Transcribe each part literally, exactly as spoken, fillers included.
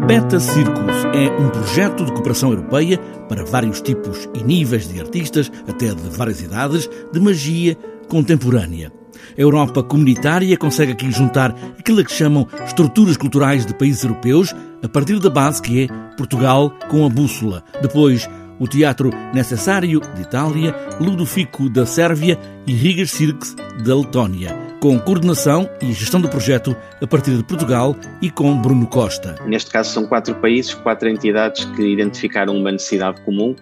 Beta Circus é um projeto de cooperação europeia para vários tipos e níveis de artistas, até de várias idades, de magia contemporânea. A Europa comunitária consegue aqui juntar aquilo a que chamam estruturas culturais de países europeus, a partir da base que é Portugal com a bússola. Depois, o Teatro Necessário de Itália, Ludovico da Sérvia e Rigas Cirques da Letónia, com coordenação e gestão do projeto a partir de Portugal e com Bruno Costa. Neste caso são quatro países, quatro entidades que identificaram uma necessidade comum,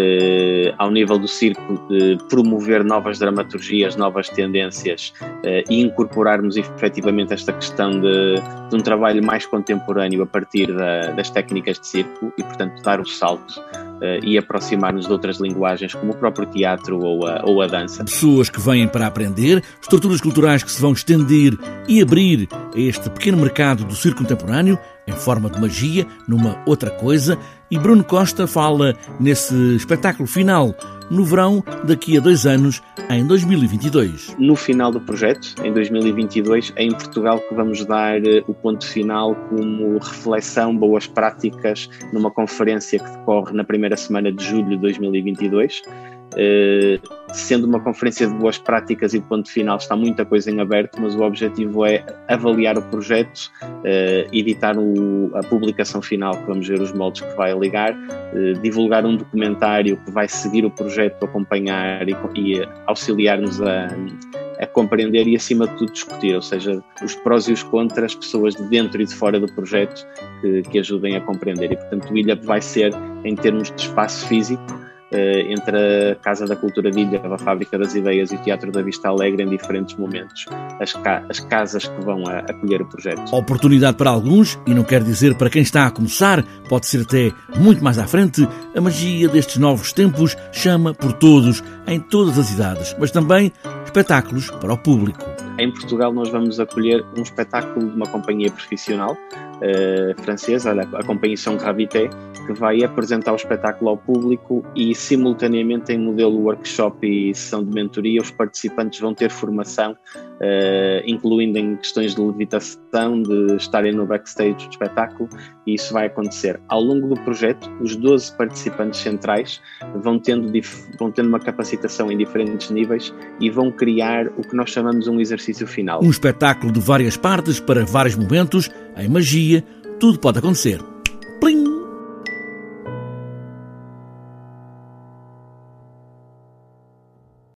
eh, ao nível do circo, de promover novas dramaturgias, novas tendências eh, e incorporarmos efetivamente esta questão de, de um trabalho mais contemporâneo a partir da, das técnicas de circo e, portanto, dar o salto Uh, e aproximar-nos de outras linguagens, como o próprio teatro ou a, ou a dança. Pessoas que vêm para aprender, estruturas culturais que se vão estender e abrir a este pequeno mercado do circo contemporâneo, em forma de magia, numa outra coisa, e Bruno Costa fala nesse espetáculo final, no verão, daqui a dois anos, em dois mil e vinte e dois. No final do projeto, em dois mil e vinte e dois, é em Portugal que vamos dar o ponto final como reflexão, boas práticas, numa conferência que decorre na primeira semana de julho de dois mil e vinte e dois. Uh, sendo uma conferência de boas práticas e de ponto final, está muita coisa em aberto, mas o objetivo é avaliar o projeto, uh, editar o, a publicação final, que vamos ver os moldes que vai ligar, uh, divulgar um documentário que vai seguir o projeto, acompanhar e, e auxiliar-nos a, a compreender e, acima de tudo, discutir, ou seja, os prós e os contras, pessoas de dentro e de fora do projeto que, que ajudem a compreender. E, portanto, o Ilha vai ser, em termos de espaço físico, Uh, entre a Casa da Cultura de Ilha, a Fábrica das Ideias e o Teatro da Vista Alegre, em diferentes momentos, as, ca- as casas que vão a- acolher o projeto. Oportunidade para alguns, e não quer dizer para quem está a começar, pode ser até muito mais à frente, a magia destes novos tempos chama por todos, em todas as idades, mas também espetáculos para o público. Em Portugal nós vamos acolher um espetáculo de uma companhia profissional uh, francesa, a Companhia São Ravité, que vai apresentar o espetáculo ao público e, simultaneamente, em modelo workshop e sessão de mentoria, os participantes vão ter formação, uh, incluindo em questões de levitação, de estarem no backstage do espetáculo, e isso vai acontecer. Ao longo do projeto, os doze participantes centrais vão tendo, dif- vão tendo uma capacitação em diferentes níveis e vão criar o que nós chamamos de um exercício final. Um espetáculo de várias partes para vários momentos, em magia, tudo pode acontecer.